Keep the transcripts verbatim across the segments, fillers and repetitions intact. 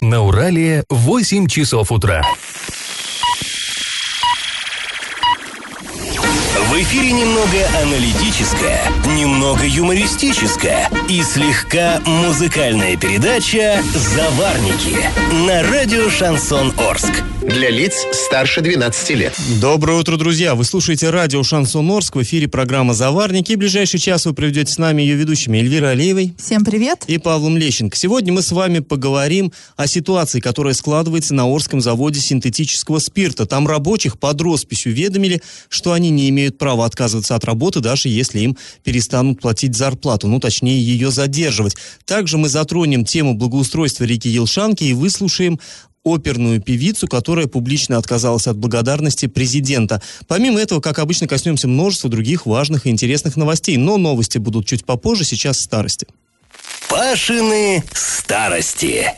На Урале восемь часов утра. В эфире немного аналитическая, немного юмористическая и слегка музыкальная передача «Заварники» на радио «Шансон Орск». Для лиц старше двенадцати лет. Доброе утро, друзья! Вы слушаете радио «Шансон Орск», в эфире программа «Заварники». И в ближайший час вы проведете с нами ее ведущими Эльвирой Алиевой. Всем привет! И Павлом Лещенко. Сегодня мы с вами поговорим о ситуации, которая складывается на Орском заводе синтетического спирта. Там рабочих под роспись уведомили, что они не имеют права отказываться от работы, даже если им перестанут платить зарплату, ну, точнее, ее задерживать. Также мы затронем тему благоустройства реки Елшанки и выслушаем оперную певицу, которая публично отказалась от благодарности президента. Помимо этого, как обычно, коснемся множества других важных и интересных новостей. Но новости будут чуть попозже, сейчас старости. Пашины старости.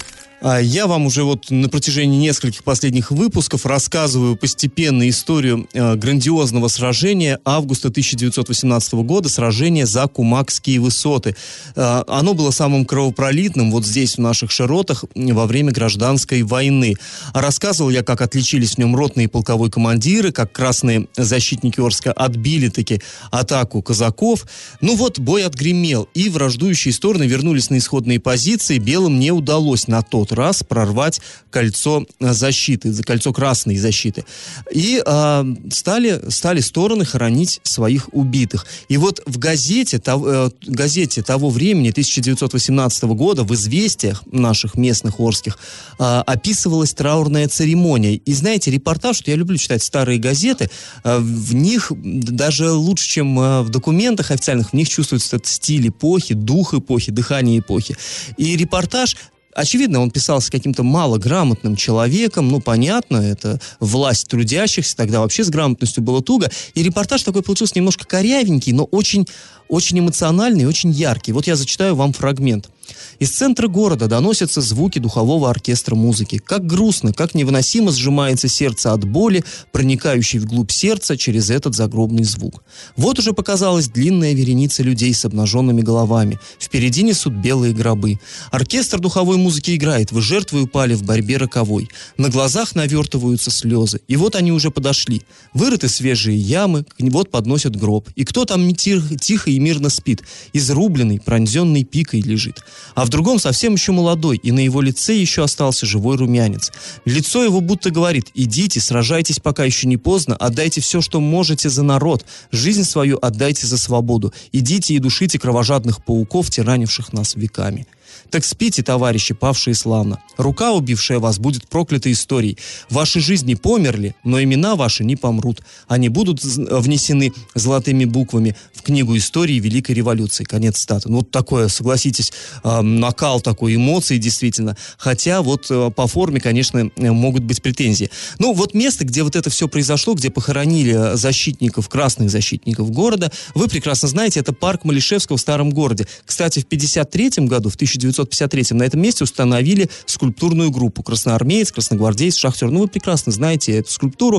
А я вам уже вот на протяжении нескольких последних выпусков рассказываю постепенно историю э, грандиозного сражения августа тысяча девятьсот восемнадцатого года, сражение за Кумакские высоты. Э, оно было самым кровопролитным вот здесь, в наших широтах, во время гражданской войны. А рассказывал я, как отличились в нем ротные и полковой командиры, как красные защитники Орска отбили-таки атаку казаков. Ну вот, бой отгремел, и враждующие стороны вернулись на исходные позиции. Белым не удалось на тот раз прорвать кольцо защиты, кольцо красной защиты. И э, стали, стали стороны хоронить своих убитых. И вот в газете, тов, э, газете того времени, тысяча девятьсот восемнадцатого года, в «Известиях» наших местных орских, э, описывалась траурная церемония. И знаете, репортаж, что я люблю читать старые газеты, э, в них даже лучше, чем э, в документах официальных, в них чувствуется этот стиль эпохи, дух эпохи, дыхание эпохи. И репортаж, очевидно, он писался каким-то малограмотным человеком, ну, понятно, это власть трудящихся, тогда вообще с грамотностью было туго, и репортаж такой получился немножко корявенький, но очень, очень эмоциональный и очень яркий. Вот я зачитаю вам фрагмент. Из центра города доносятся звуки духового оркестра музыки. Как грустно, как невыносимо сжимается сердце от боли, проникающей вглубь сердца через этот загробный звук. Вот уже показалась длинная вереница людей с обнаженными головами. Впереди несут белые гробы. Оркестр духовой музыки играет, вы жертвы упали в борьбе роковой. На глазах навертываются слезы. И вот они уже подошли. Вырыты свежие ямы, вот подносят гроб. И кто там тихо, тихо и мирно спит? Изрубленный, пронзенный пикой лежит. А в другом совсем еще молодой, и на его лице еще остался живой румянец. Лицо его будто говорит: идите, сражайтесь, пока еще не поздно, отдайте все, что можете, за народ, жизнь свою отдайте за свободу, идите и душите кровожадных пауков, тиранивших нас веками. Так спите, товарищи, павшие славно. Рука, убившая вас, будет проклята историей. Ваши жизни померли, но имена ваши не помрут. Они будут внесены золотыми буквами в книгу истории Великой революции. Конец цитаты. Ну, вот такое, согласитесь, э, накал такой эмоций, действительно. Хотя вот э, по форме, конечно, могут быть претензии. Ну, вот место, где вот это все произошло, где похоронили защитников, красных защитников города, вы прекрасно знаете, это парк Малишевского в Старом городе. Кстати, в пятьдесят третьем году, в тысяча девятьсот пятьдесят третьем на этом месте установили скульптурную группу «Красноармеец», «Красногвардеец», «Шахтер». Ну, вы прекрасно знаете эту скульптуру.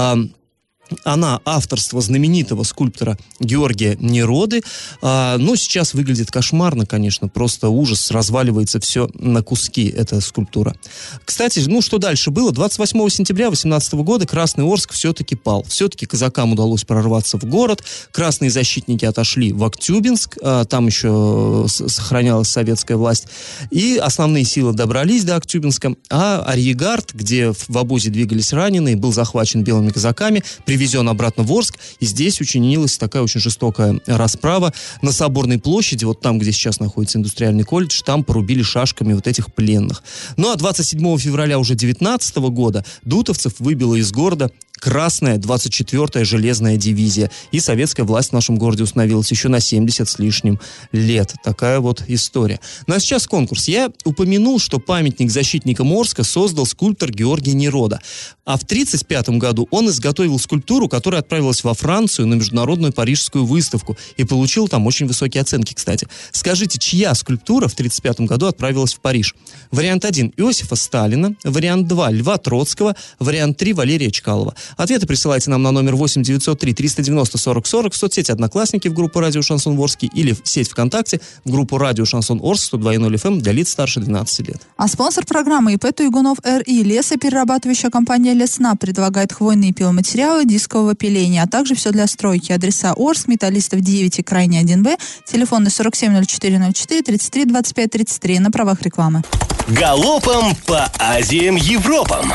Она авторство знаменитого скульптора Георгия Нероды. А, но сейчас выглядит кошмарно, конечно, просто ужас, разваливается все на куски, эта скульптура. Кстати, ну что дальше было? двадцать восьмого сентября две тысячи восемнадцатого года Красный Орск все-таки пал. Все-таки казакам удалось прорваться в город. Красные защитники отошли в Актюбинск, а, там еще сохранялась советская власть. И основные силы добрались до Актюбинска. А Арьегард, где в обозе двигались раненые, был захвачен белыми казаками, привезен обратно в Орск, и здесь учинилась такая очень жестокая расправа. На Соборной площади, вот там, где сейчас находится индустриальный колледж, там порубили шашками вот этих пленных. Ну а двадцать седьмого февраля уже девятнадцатого года дутовцев выбило из города Красная двадцать четвёртая железная дивизия. И советская власть в нашем городе установилась еще на семьдесят с лишним лет. Такая вот история. Ну а сейчас конкурс. Я упомянул, что памятник защитникам Орска создал скульптор Георгий Нерода. А в тридцать пятом году он изготовил скульптуру, которая отправилась во Францию на международную парижскую выставку. И получил там очень высокие оценки, кстати. Скажите, чья скульптура в тридцать пятом году отправилась в Париж? Вариант один – Иосифа Сталина. Вариант два – Льва Троцкого. Вариант три – Валерия Чкалова. Ответы присылайте нам на номер восемь девятьсот три триста девяносто сорок сорок в соцсети «Одноклассники» в группу «Радио Шансон Орский» или в сеть ВКонтакте в группу «Радио Шансон Орск» сто два ноль эф эм для лиц старше двенадцати лет. А спонсор программы ИП Туйгунов эр.и. Лесоперерабатывающая компания «Лесна» предлагает хвойные пиломатериалы дискового пиления, а также все для стройки. Адреса: Орск, Металлистов девять и Крайний один Б, телефоны сорок семь ноль четыре ноль четыре тридцать три двадцать пять тридцать три на правах рекламы. Галопом по Азиям Европам!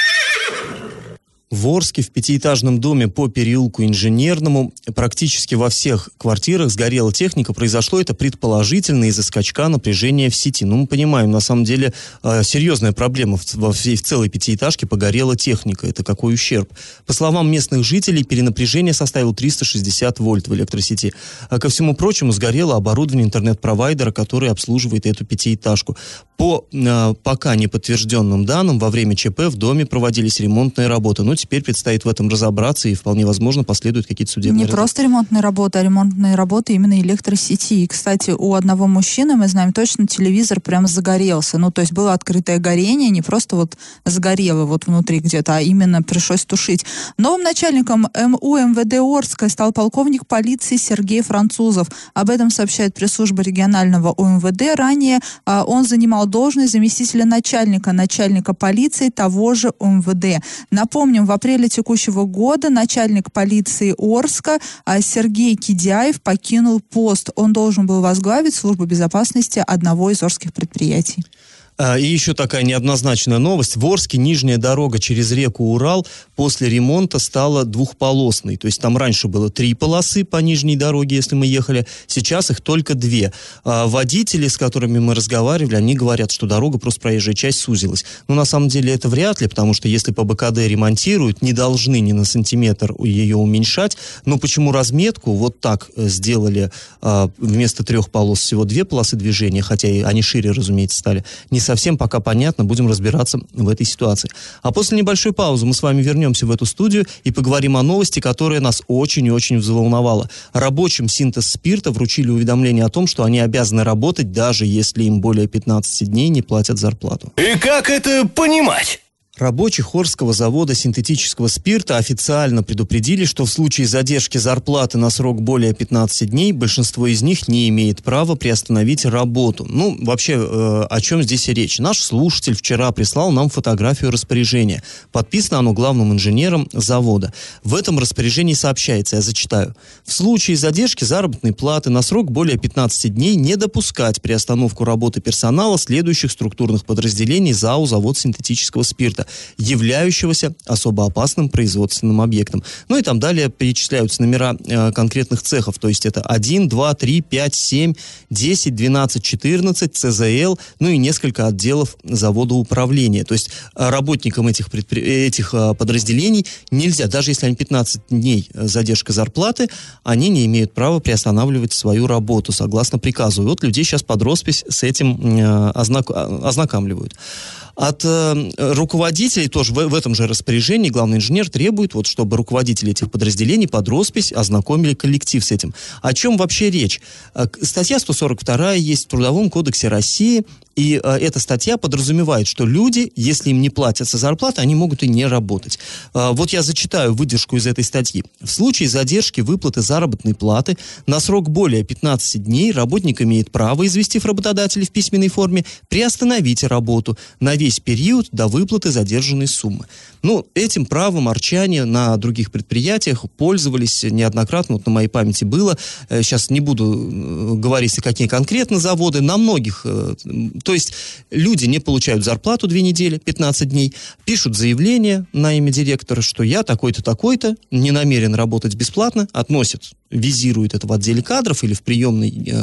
В Орске в пятиэтажном доме по переулку Инженерному практически во всех квартирах сгорела техника. Произошло это предположительно из-за скачка напряжения в сети. Ну, мы понимаем, на самом деле э, серьезная проблема. В, во всей, в целой пятиэтажке погорела техника. Это какой ущерб. По словам местных жителей, перенапряжение составило триста шестьдесят вольт в электросети. А ко всему прочему, сгорело оборудование интернет-провайдера, который обслуживает эту пятиэтажку. По э, пока неподтвержденным данным, во время ЧП в доме проводились ремонтные работы. Ну, теперь предстоит в этом разобраться, и вполне возможно последуют какие-то судебные... Не разборки. просто ремонтные работы, а ремонтные работы именно электросети. И, кстати, у одного мужчины, мы знаем точно, телевизор прям загорелся. Ну, то есть было открытое горение, не просто вот сгорело вот внутри где-то, а именно пришлось тушить. Новым начальником МУ МВД Орска стал полковник полиции Сергей Французов. Об этом сообщает пресс-служба регионального УМВД. Ранее а, он занимал должность заместителя начальника, начальника полиции того же УМВД. Напомним, в апреле текущего года начальник полиции Орска Сергей Кидяев покинул пост. Он должен был возглавить службу безопасности одного из орских предприятий. И еще такая неоднозначная новость. В Орске нижняя дорога через реку Урал после ремонта стала двухполосной. То есть там раньше было три полосы по нижней дороге, если мы ехали. Сейчас их только две. А водители, с которыми мы разговаривали, они говорят, что дорога, просто проезжая часть, сузилась. Но на самом деле это вряд ли, потому что если по БКД ремонтируют, не должны ни на сантиметр ее уменьшать. Но почему разметку вот так сделали, а, вместо трех полос всего две полосы движения, хотя и они шире, разумеется, стали, не совсем пока понятно, будем разбираться в этой ситуации. А после небольшой паузы мы с вами вернемся в эту студию и поговорим о новости, которая нас очень и очень взволновала. Рабочим синтез спирта вручили уведомление о том, что они обязаны работать, даже если им более пятнадцати дней не платят зарплату. И как это понимать? Рабочих Орского завода синтетического спирта официально предупредили, что в случае задержки зарплаты на срок более пятнадцати дней, большинство из них не имеет права приостановить работу. Ну, вообще, э, о чем здесь речь? Наш слушатель вчера прислал нам фотографию распоряжения. Подписано оно главным инженером завода. В этом распоряжении сообщается, я зачитаю. В случае задержки заработной платы на срок более пятнадцати дней не допускать приостановку работы персонала следующих структурных подразделений ЗАО «Завод синтетического спирта», являющегося особо опасным производственным объектом. Ну и там далее перечисляются номера э, конкретных цехов, то есть это один, два, три, пять, семь, десять, двенадцать, четырнадцать, ЦЗЛ, ну и несколько отделов завода управления. То есть э, работникам этих, предпри... этих э, подразделений нельзя, даже если они пятнадцать дней задержка зарплаты, они не имеют права приостанавливать свою работу согласно приказу. И вот людей сейчас под роспись с этим э, ознак... ознакомливают. От э, руководителей тоже в, в этом же распоряжении главный инженер требует, вот, чтобы руководители этих подразделений под роспись ознакомили коллектив с этим. О чем вообще речь? Э, статья сто сорок вторая есть в Трудовом кодексе России, и э, эта статья подразумевает, что люди, если им не платятся зарплаты, они могут и не работать. Э, вот я зачитаю выдержку из этой статьи. В случае задержки выплаты заработной платы на срок более пятнадцати дней работник имеет право, известив работодателя в письменной форме, приостановить работу на весь весь период до выплаты задержанной суммы. Ну, этим правом арчане на других предприятиях пользовались неоднократно, вот на моей памяти было, сейчас не буду говорить, какие конкретно заводы, на многих, то есть люди не получают зарплату две недели, пятнадцать дней, пишут заявление на имя директора, что я такой-то, такой-то, не намерен работать бесплатно, относят, визирует это в отделе кадров или в приемный э,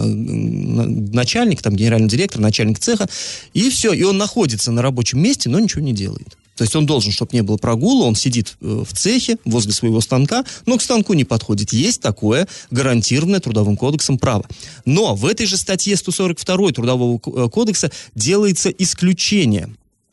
начальник, там генеральный директор, начальник цеха, и все, и он находится на рабочем месте, но ничего не делает. То есть он должен, чтобы не было прогула, он сидит э, в цехе возле своего станка, но к станку не подходит. Есть такое гарантированное Трудовым кодексом право. Но в этой же статье сто сорок второй Трудового кодекса делается исключение.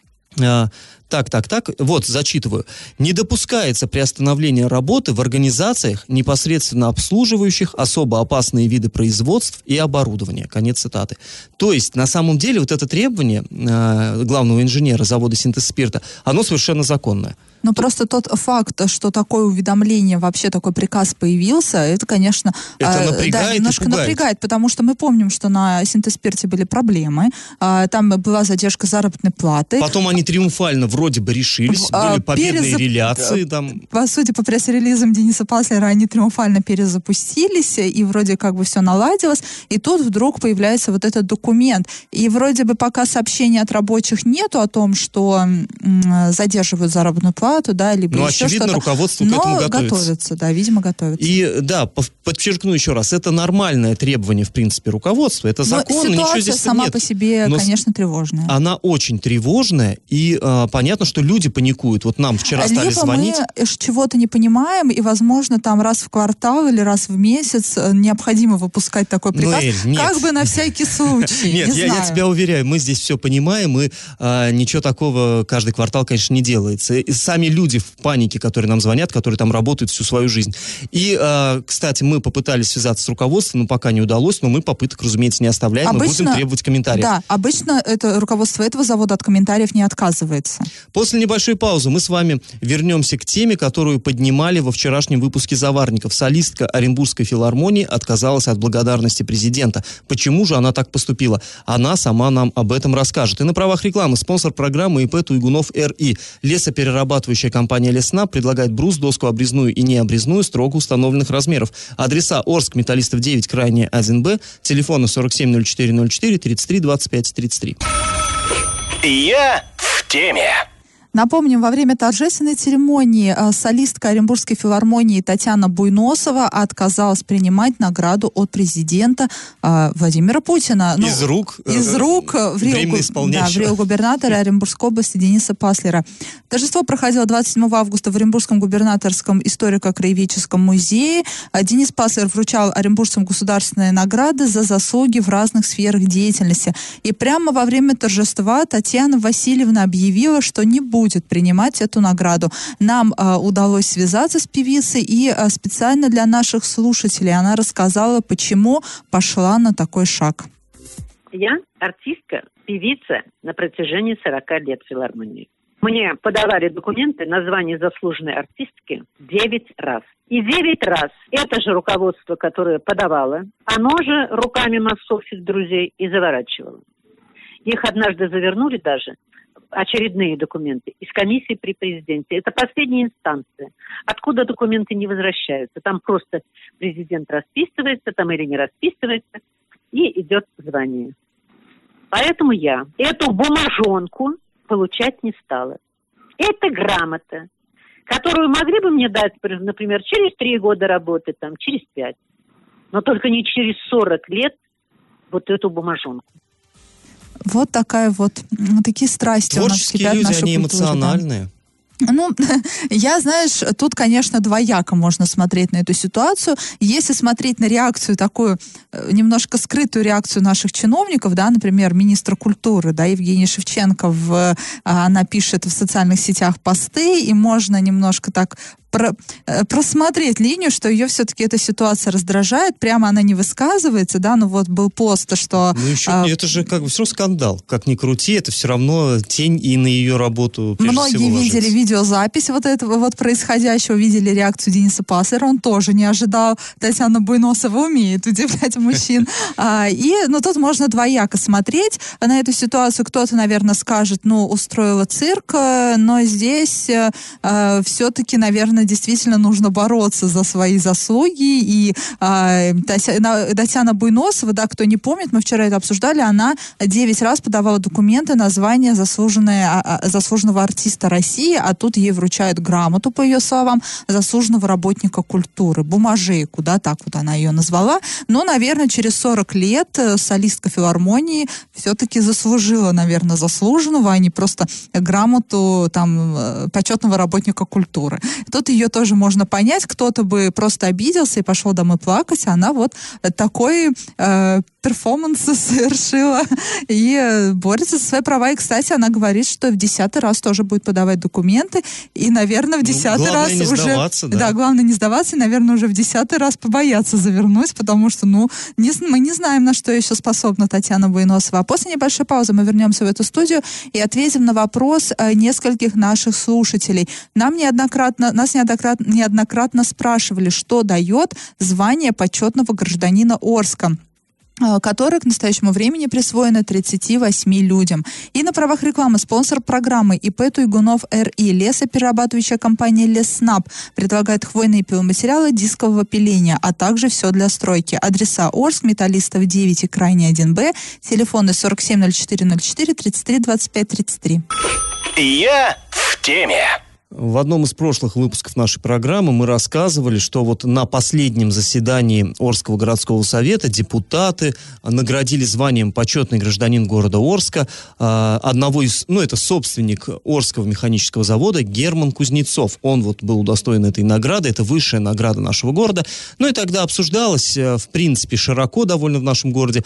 Э, Так, так, так, вот, зачитываю. Не допускается приостановление работы в организациях, непосредственно обслуживающих особо опасные виды производств и оборудования. Конец цитаты. То есть, на самом деле, вот это требование э, главного инженера завода синтез спирта, оно совершенно законное. Но просто тот факт, что такое уведомление, вообще такой приказ появился, это, конечно, это э, напрягает, да, немножко и пугает. напрягает, потому что мы помним, что на Синтезперте были проблемы, э, там была задержка заработной платы. Потом они триумфально вроде бы решились, А, были победные перезап- реляции. Там... По сути, по пресс-релизам Дениса Паслера они триумфально перезапустились, и вроде как бы все наладилось, и тут вдруг появляется вот этот документ. И вроде бы пока сообщений от рабочих нету о том, что м, задерживают заработную плату, да, либо Ну, еще очевидно, что-то. руководство Но к этому готовится. готовится, да, видимо, готовится. И да, пов- подчеркну еще раз, это нормальное требование, в принципе, руководства. Это закон, Но ничего ситуация здесь сама нет. по себе, Но конечно, тревожная. она очень тревожная, и э, понятно, что люди паникуют. Вот нам вчера стали Либо звонить. мы чего-то не понимаем, и, возможно, там раз в квартал или раз в месяц э, необходимо выпускать такой приказ, Ну, Эль, нет. как бы на всякий случай. Нет, не я, я знаю. тебя уверяю, мы здесь все понимаем, и а, ничего такого каждый квартал, конечно, не делается. И сами люди в панике, которые нам звонят, которые там работают всю свою жизнь. И, а, кстати, мы попытались связаться с руководством, но пока не удалось, но мы попыток, разумеется, не оставляем, мы будем требовать комментариев. Да, обычно это руководство этого завода от комментариев не отказывается. После небольшой паузы мы с вами вернемся к теме, которую поднимали во вчерашнем выпуске «Заварников». Солистка Оренбургской филармонии отказалась от благодарности президента. Почему же она так поступила? Она сама нам об этом расскажет. И на правах рекламы спонсор программы ИП Туйгунов эр и. Лесоперерабатывающая компания «Лесна» предлагает брус, доску обрезную и необрезную строго установленных размеров. Адреса: Орск, Металлистов девять, крайне один Б, телефоны сорок семь ноль четыре ноль четыре, тридцать три двадцать пять тридцать три. Я в теме. Напомним, во время торжественной церемонии э, солистка Оренбургской филармонии Татьяна Буйносова отказалась принимать награду от президента э, Владимира Путина. Ну, Из рук, Из э, рук э, в временно Рио, исполняющего. да, в Рио губернатора Оренбургской области Дениса Паслера. Торжество проходило двадцать седьмого августа в Оренбургском губернаторском историко-краеведческом музее. Э, Денис Паслер вручал оренбуржцам государственные награды за заслуги в разных сферах деятельности. И прямо во время торжества Татьяна Васильевна объявила, что не будет будет принимать эту награду. Нам э, удалось связаться с певицей, и э, специально для наших слушателей она рассказала, почему пошла на такой шаг. Я артистка, певица на протяжении сорока лет в филармонии. Мне подавали документы на звание заслуженной артистки девять раз. И девять раз это же руководство, которое подавало, оно же руками массовских друзей и заворачивало. Их однажды завернули даже, очередные документы, из комиссии при президенте. Это последняя инстанция. Откуда документы не возвращаются? Там просто президент расписывается, там или не расписывается, и идет звание. Поэтому я эту бумажонку получать не стала. Это грамота, которую могли бы мне дать, например, через три года работы, там, через пять. Но только не через сорок лет вот эту бумажонку. Вот такая вот, такие страсти у нас Творческие кипят в люди, нашей они культуре, эмоциональные. Да. Ну, я, знаешь, тут, конечно, двояко можно смотреть на эту ситуацию. Если смотреть на реакцию такую, немножко скрытую реакцию наших чиновников, да, например, министра культуры, да, Евгения Шевченко, в, она пишет в социальных сетях посты, и можно немножко так про, просмотреть линию, что ее все-таки эта ситуация раздражает, прямо она не высказывается, да, ну вот был пост, что... Ну еще, а, это же как бы все равно скандал, как ни крути, это все равно тень и на ее работу прежде Многие всего видели ложится. видеозапись вот этого вот происходящего, видели реакцию Дениса Паслера, он тоже не ожидал. Татьяна Буйносова умеет удивлять мужчин. А, и, ну, тут можно двояко смотреть на эту ситуацию. Кто-то, наверное, скажет, ну, устроила цирк, но здесь а, все-таки, наверное, действительно нужно бороться за свои заслуги. И а, Татьяна, Татьяна Буйносова, да, кто не помнит, мы вчера это обсуждали, она девять раз подавала документы на звание заслуженного, заслуженного артиста России, а тут ей вручают грамоту, по ее словам, заслуженного работника культуры, бумажейку, да, так вот она ее назвала. Но, наверное, через сорок лет солистка филармонии все-таки заслужила, наверное, заслуженного, а не просто грамоту там почетного работника культуры. Тут ее тоже можно понять, кто-то бы просто обиделся и пошел домой плакать, а она вот такой э, перформанс совершила и борется за свои права. И, кстати, она говорит, что в десятый раз тоже будет подавать документы, и, наверное, в десятый ну, раз не уже... сдаваться, да. да, главное не сдаваться, и, наверное, уже в десятый раз побояться завернуть, потому что, ну, не, мы не знаем, на что еще способна Татьяна Буйносова. А после небольшой паузы мы вернемся в эту студию и ответим на вопрос э, нескольких наших слушателей. Нам неоднократно, нас неоднократно, неоднократно спрашивали, что дает звание почетного гражданина Орска, которое к настоящему времени присвоено тридцати восьми людям. И на правах рекламы спонсор программы ИП Туйгунов эр.и. Лесоперерабатывающая компания Лесснаб предлагает хвойные пиломатериалы дискового пиления, а также все для стройки. Адреса: Орск, Металлистов девять и Крайний один Б, телефоны сорок семь ноль четыре ноль четыре тридцать три двадцать пять тридцать три. Я в теме. В одном из прошлых выпусков нашей программы мы рассказывали, что вот на последнем заседании Орского городского совета депутаты наградили званием почетный гражданин города Орска э, одного из, ну это собственник Орского механического завода Герман Кузнецов. Он вот был удостоен этой награды, это высшая награда нашего города. Ну и тогда обсуждалось, э, в принципе, широко довольно в нашем городе,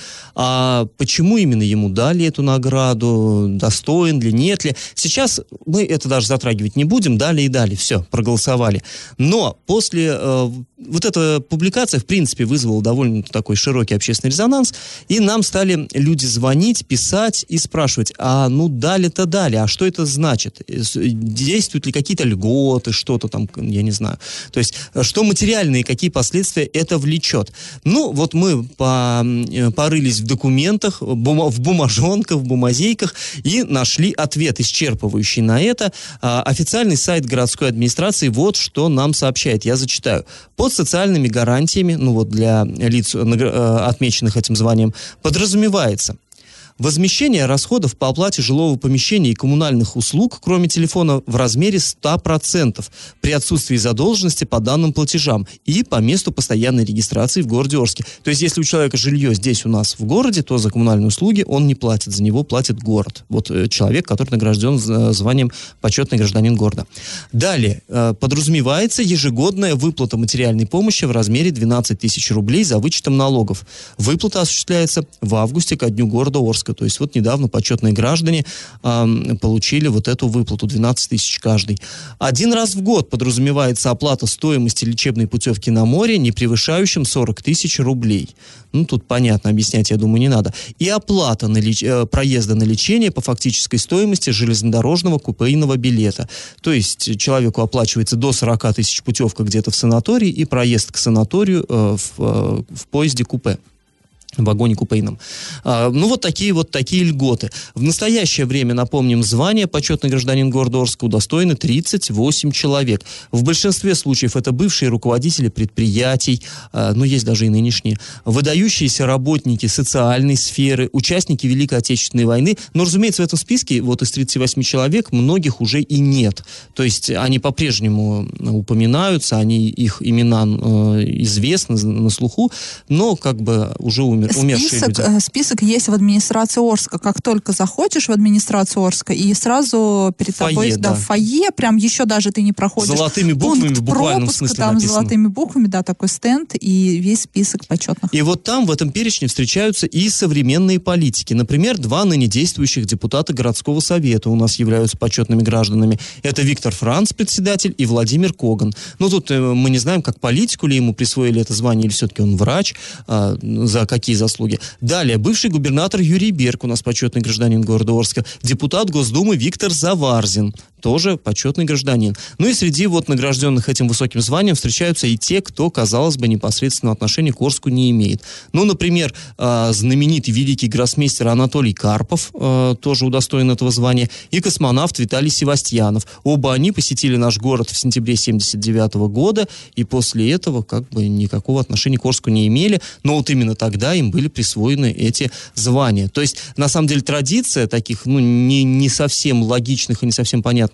а почему именно ему дали эту награду, достоин ли, нет ли. Сейчас мы это даже затрагивать не будем, дали и дали, все, проголосовали. Но после э, вот эта публикация, в принципе, вызвала довольно такой широкий общественный резонанс, и нам стали люди звонить, писать и спрашивать, а ну дали-то дали, а что это значит? Действуют ли какие-то льготы, что-то там, я не знаю. То есть, что материальные, какие последствия это влечет? Ну, вот мы по, порылись в документах, бума, в бумажонках, в бумазейках и нашли ответ, исчерпывающий на это. А, официальный сайт городской администрации вот что нам сообщает. Я зачитаю. Под социальными гарантиями, ну вот для лиц, отмеченных этим званием, подразумевается возмещение расходов по оплате жилого помещения и коммунальных услуг, кроме телефона, в размере сто процентов при отсутствии задолженности по данным платежам и по месту постоянной регистрации в городе Орске. То есть, если у человека жилье здесь у нас в городе, то за коммунальные услуги он не платит, за него платит город. Вот э, человек, который награжден званием почетный гражданин города. Далее, э, подразумевается ежегодная выплата материальной помощи в размере двенадцать тысяч рублей за вычетом налогов. Выплата осуществляется в августе ко дню города Орска. То есть вот недавно почетные граждане э, получили вот эту выплату, двенадцать тысяч каждый. Один раз в год подразумевается оплата стоимости лечебной путевки на море, не превышающим сорок тысяч рублей. Ну, тут понятно, объяснять, я думаю, не надо. И оплата на леч... э, проезда на лечение по фактической стоимости железнодорожного купейного билета. То есть человеку оплачивается до сорок тысяч путевка где-то в санатории и проезд к санаторию э, в, э, в поезде купе. В вагоне купейном. А, ну, вот такие вот такие льготы. В настоящее время, напомним, звание почетный гражданин города Орска удостоены тридцать восемь человек. В большинстве случаев это бывшие руководители предприятий, а, ну, есть даже и нынешние, выдающиеся работники социальной сферы, участники Великой Отечественной войны. Но, разумеется, в этом списке вот из тридцати восьми человек многих уже и нет. То есть они по-прежнему упоминаются, они, их имена э, известны на слуху, но как бы уже умерли. Список, список есть в администрации Орска. Как только заходишь в администрацию Орска, и сразу перед фойе, тобой, да, да, в фойе, прям еще даже ты не проходишь. Золотыми буквами, пункт в буквальном пропуска, смысле там написано. золотыми буквами, да, такой стенд и весь список почетных. И вот там в этом перечне встречаются и современные политики. Например, два ныне действующих депутата городского совета у нас являются почетными гражданами. Это Виктор Франц, председатель, и Владимир Коган. Ну, тут э, мы не знаем, как политику ли ему присвоили это звание, или все-таки он врач, э, за какие заслуги. Далее, бывший губернатор Юрий Берг, у нас почетный гражданин города Орска, депутат Госдумы Виктор Заварзин, тоже почетный гражданин. Ну и среди вот награжденных этим высоким званием встречаются и те, кто, казалось бы, непосредственного отношения к Орску не имеет. Ну, например, э, знаменитый великий гроссмейстер Анатолий Карпов, э, тоже удостоен этого звания, и космонавт Виталий Севастьянов. Оба они посетили наш город в сентябре семьдесят девятого года, и после этого как бы никакого отношения к Орску не имели, но вот именно тогда им были присвоены эти звания. То есть, на самом деле, традиция таких, ну, не, не совсем логичных и не совсем понятных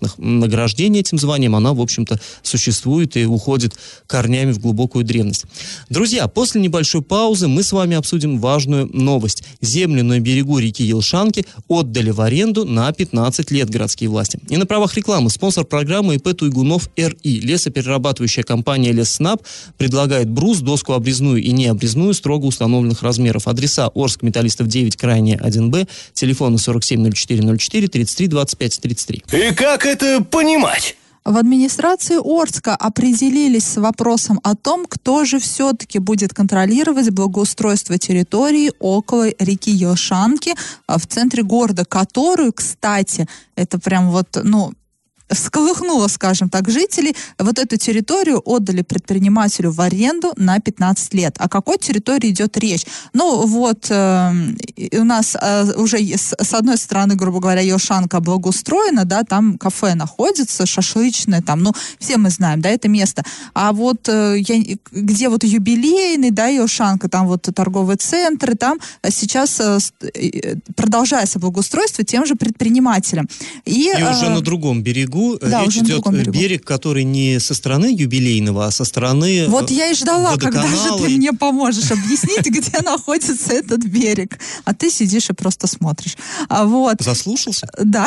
бесплатных награждений этим званием, она, в общем-то, существует и уходит корнями в глубокую древность. Друзья, после небольшой паузы мы с вами обсудим важную новость. Землю на берегу реки Елшанки отдали в аренду на пятнадцать лет городские власти. И на правах рекламы спонсор программы ИП Туйгунов эр и. Лесоперерабатывающая компания Лесснаб предлагает брус, доску обрезную и необрезную строго установленных размеров. Адреса: Орск, Металлистов девять, Крайняя один Б, телефоны сорок семь ноль четыре ноль четыре, тридцать три двадцать пять тридцать три. И как это понимать? В администрации Орска определились с вопросом о том, кто же все-таки будет контролировать благоустройство территории около реки Елшанки в центре города, которую, кстати, это прям вот, ну, всколыхнуло, скажем так, жителей. Вот эту территорию отдали предпринимателю в аренду на пятнадцать лет. О какой территории идет речь? Ну, вот э, у нас э, уже с, с одной стороны, грубо говоря, Елшанка благоустроена, да, там кафе находится, шашлычное, там, ну, все мы знаем, да, это место. А вот э, я, где вот юбилейный, да, Елшанка, там вот торговые центры, там сейчас э, продолжается благоустройство тем же предпринимателем. И, И э, уже на другом берегу Да, речь идет берег, который не со стороны юбилейного, а со стороны Вот я и ждала, когда же ты и... мне поможешь объяснить, где находится этот берег. А ты сидишь и просто смотришь. А вот. Заслушался? Да.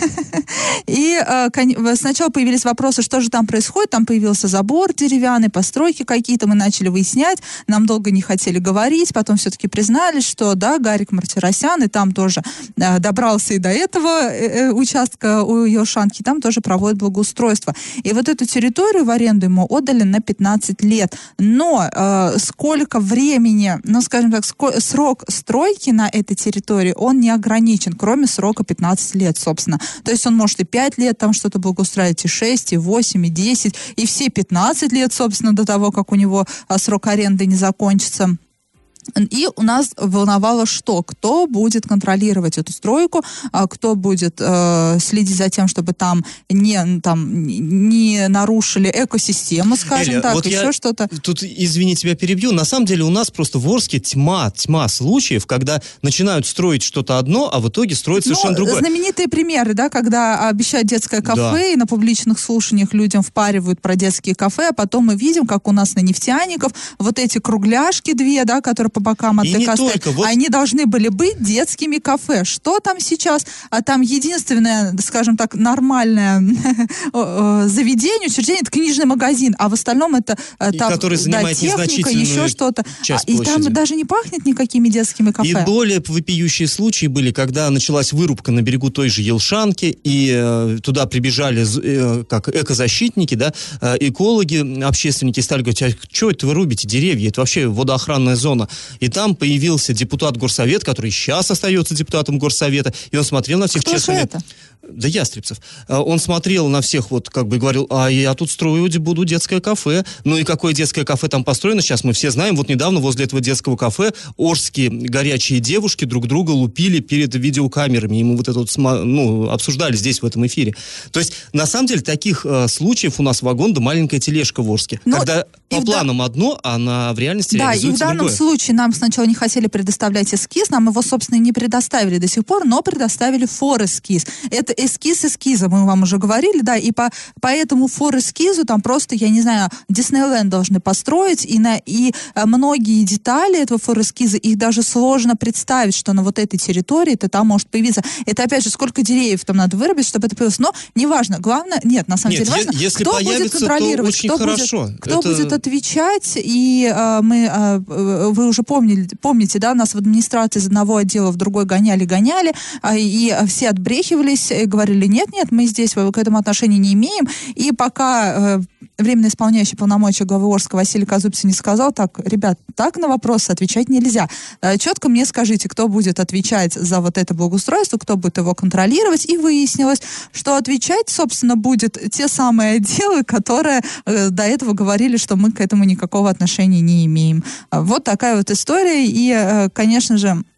И э, сначала появились вопросы, что же там происходит. Там появился забор деревянный, постройки какие-то. Мы начали выяснять. Нам долго не хотели говорить. Потом все-таки признались, что да, Гарик Мартиросян, и там тоже э, добрался и до этого э, участка у Елшанки. Там тоже проводит благоустройство. И вот эту территорию в аренду ему отдали на пятнадцать лет. Но э, сколько времени, ну, скажем так, ско- срок стройки на этой территории, он не ограничен, кроме срока пятнадцать лет, собственно. То есть он может и пять лет там что-то благоустраивать, и шесть, и восемь, и десять, и все пятнадцать лет, собственно, до того, как у него а, срок аренды не закончится. И у нас волновало что? Кто будет контролировать эту стройку, кто будет э, следить за тем, чтобы там не, там, не нарушили экосистему, скажем Эля, так, вот еще что-то. Тут, извини, тебя перебью. На самом деле у нас просто в Орске тьма, тьма случаев, когда начинают строить что-то одно, а в итоге строят совершенно ну, другое. Знаменитые примеры, да, когда обещают детское кафе, да. И на публичных слушаниях людям впаривают про детские кафе, а потом мы видим, как у нас на нефтяников вот эти кругляшки две, да, которые по бокам от ТК стоят, вот... они должны были быть детскими кафе. Что там сейчас? А там единственное, скажем так, нормальное заведение, учреждение, это книжный магазин, а в остальном это там, который занимает да, техника, еще что-то. Часть и там даже не пахнет никакими детскими кафе. И более вопиющие случаи были, когда началась вырубка на берегу той же Елшанки, и э, туда прибежали э, как экозащитники, да, э, экологи, общественники, стали говорить, а что это вы рубите деревья? Это вообще водоохранная зона. И там появился депутат горсовет, который сейчас остается депутатом горсовета, и он смотрел на всех Кто честными... это? Да, Ястребцев. Он смотрел на всех, вот как бы говорил, а я тут строю буду детское кафе. Ну и какое детское кафе там построено, сейчас мы все знаем. Вот недавно возле этого детского кафе орские горячие девушки друг друга лупили перед видеокамерами. И мы вот это вот ну, обсуждали здесь, в этом эфире. То есть, на самом деле, таких э, случаев у нас вагон да маленькая тележка в Орске. Но когда по планам да... одно, а на, в реальности да, реализуется другое. Да, и в данном другое. случае нам сначала не хотели предоставлять эскиз, нам его, собственно, не предоставили до сих пор, но предоставили фор-эскиз. Это эскиз эскиза, мы вам уже говорили, да, и по, по этому фор-эскизу там просто, я не знаю, Диснейленд должны построить, и, на, и многие детали этого фор-эскиза, их даже сложно представить, что на вот этой территории это там может появиться. Это, опять же, сколько деревьев там надо вырубить, чтобы это появилось. Но неважно, главное, нет, на самом нет, деле важно, если кто будет контролировать, то очень кто, хорошо. будет, кто это... будет отвечать, и э, мы, э, вы уже помнили, помните, да, нас в администрации из одного отдела в другой гоняли-гоняли, э, и все отбрехивались, и говорили, нет-нет, мы здесь к этому отношения не имеем. И пока э, временно исполняющий полномочия главы Орска Василий Казупцин не сказал, так, ребят, так на вопросы отвечать нельзя. Э, четко мне скажите, кто будет отвечать за вот это благоустройство, кто будет его контролировать. И выяснилось, что отвечать, собственно, будет те самые отделы, которые э, до этого говорили, что мы к этому никакого отношения не имеем. Вот такая вот история. И, э, конечно же,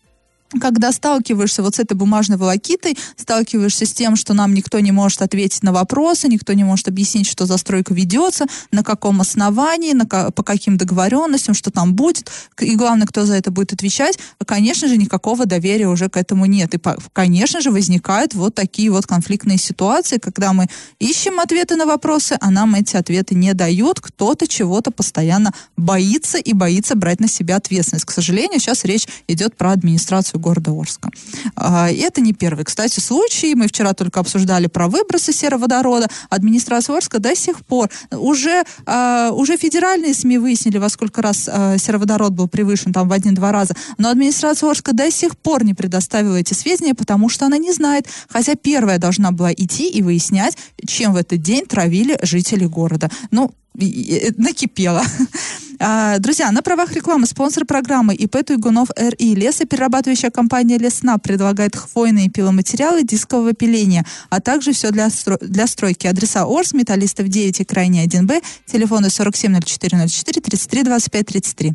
когда сталкиваешься вот с этой бумажной волокитой, сталкиваешься с тем, что нам никто не может ответить на вопросы, никто не может объяснить, что застройка ведется, на каком основании, на, по каким договоренностям, что там будет, и главное, кто за это будет отвечать, конечно же, никакого доверия уже к этому нет. И, конечно же, возникают вот такие вот конфликтные ситуации, когда мы ищем ответы на вопросы, а нам эти ответы не дают, кто-то чего-то постоянно боится и боится брать на себя ответственность. К сожалению, сейчас речь идет про администрацию города Орска. И это не первый, кстати, случай. Мы вчера только обсуждали про выбросы сероводорода. Администрация Орска до сих пор уже, уже федеральные СМИ выяснили, во сколько раз сероводород был превышен, там в один-два раза. Но администрация Орска до сих пор не предоставила эти сведения, потому что она не знает. Хотя первая должна была идти и выяснять, чем в этот день травили жители города. Ну, накипело. Друзья, на правах рекламы спонсор программы ИП Туйгунов эр-И. Лесоперерабатывающая компания Леснап предлагает хвойные пиломатериалы дискового пиления, а также все для, стро... для стройки. Адреса: Орск, Металлистов девять и Крайний один Б, телефоны сорок семь ноль четыре ноль четыре тридцать три двадцать пять тридцать три.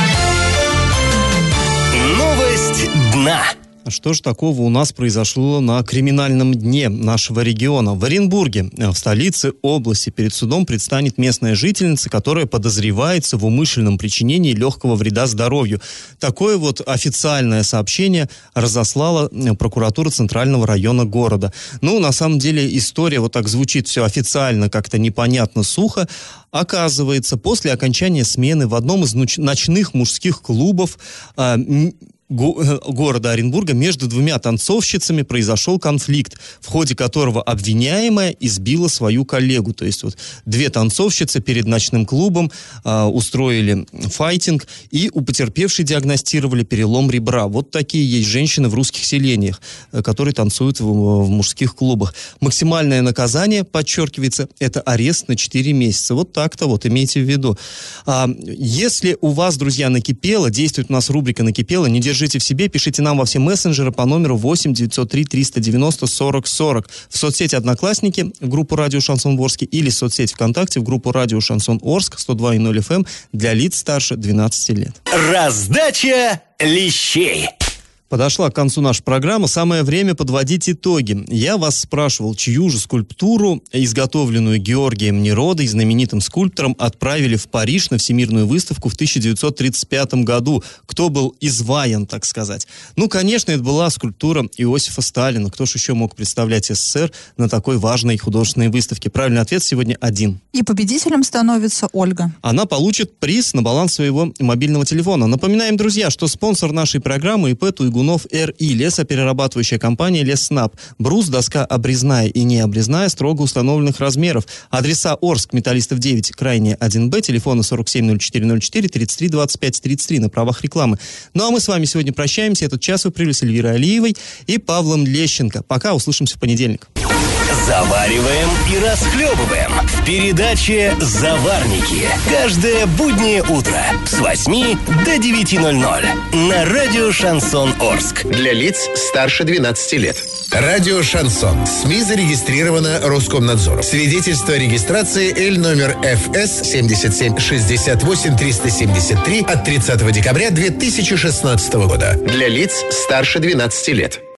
Новость дна. Что же такого у нас произошло на криминальном дне нашего региона? В Оренбурге, в столице области, перед судом предстанет местная жительница, которая подозревается в умышленном причинении легкого вреда здоровью. Такое вот официальное сообщение разослала прокуратура Центрального района города. Ну, на самом деле, история вот так звучит все официально, как-то непонятно, сухо. Оказывается, после окончания смены в одном из ночных мужских клубов а, города Оренбурга между двумя танцовщицами произошел конфликт, в ходе которого обвиняемая избила свою коллегу. То есть вот две танцовщицы перед ночным клубом э, устроили файтинг, и у потерпевшей диагностировали перелом ребра. Вот такие есть женщины в русских селениях, э, которые танцуют в, в мужских клубах. Максимальное наказание, подчеркивается, это арест на четыре месяца. Вот так-то вот, имейте в виду. А, если у вас, друзья, накипело, действует у нас рубрика «Накипело», не держите Держите в себе, пишите нам во все мессенджеры по номеру восемь девятьсот три триста девяносто сорок сорок, в соцсети «Одноклассники» в группу «Радио Шансон Орск» или в соцсети ВКонтакте в группу «Радио Шансон Орск» сто два и ноль эф эм для лиц старше двенадцати лет. Раздача лещей. Подошла к концу наша программа. Самое время подводить итоги. Я вас спрашивал, чью же скульптуру, изготовленную Георгием Неродой, знаменитым скульптором, отправили в Париж на Всемирную выставку в тысяча девятьсот тридцать пятом году. Кто был изваян, так сказать? Ну, конечно, это была скульптура Иосифа Сталина. Кто же еще мог представлять СССР на такой важной художественной выставке? Правильный ответ сегодня один. И победителем становится Ольга. Она получит приз на баланс своего мобильного телефона. Напоминаем, друзья, что спонсор нашей программы ИП Туйгунов эр-И, лесоперерабатывающая компания Леснап. Брус, доска обрезная и необрезная строго установленных размеров. Адреса: Орск, Металлистов девять, Крайний один Б, телефоны сорок семь ноль четыре ноль четыре тридцать три двадцать пять тридцать три на правах рекламы. Ну а мы с вами сегодня прощаемся. Этот час вы провели с Эльвирой Алиевой и Павлом Лещенко. Пока, услышимся в понедельник. Завариваем и расхлебываем в передаче «Заварники». Каждое буднее утро с восьми до девяти ноль-ноль на радио «Шансон Орск». Для лиц старше двенадцати лет. Радио «Шансон». СМИ зарегистрировано Роскомнадзором. Свидетельство о регистрации Л номер Ф С семь семь шесть восемь три семь три от тридцатого декабря две тысячи шестнадцатого года. Для лиц старше двенадцати лет.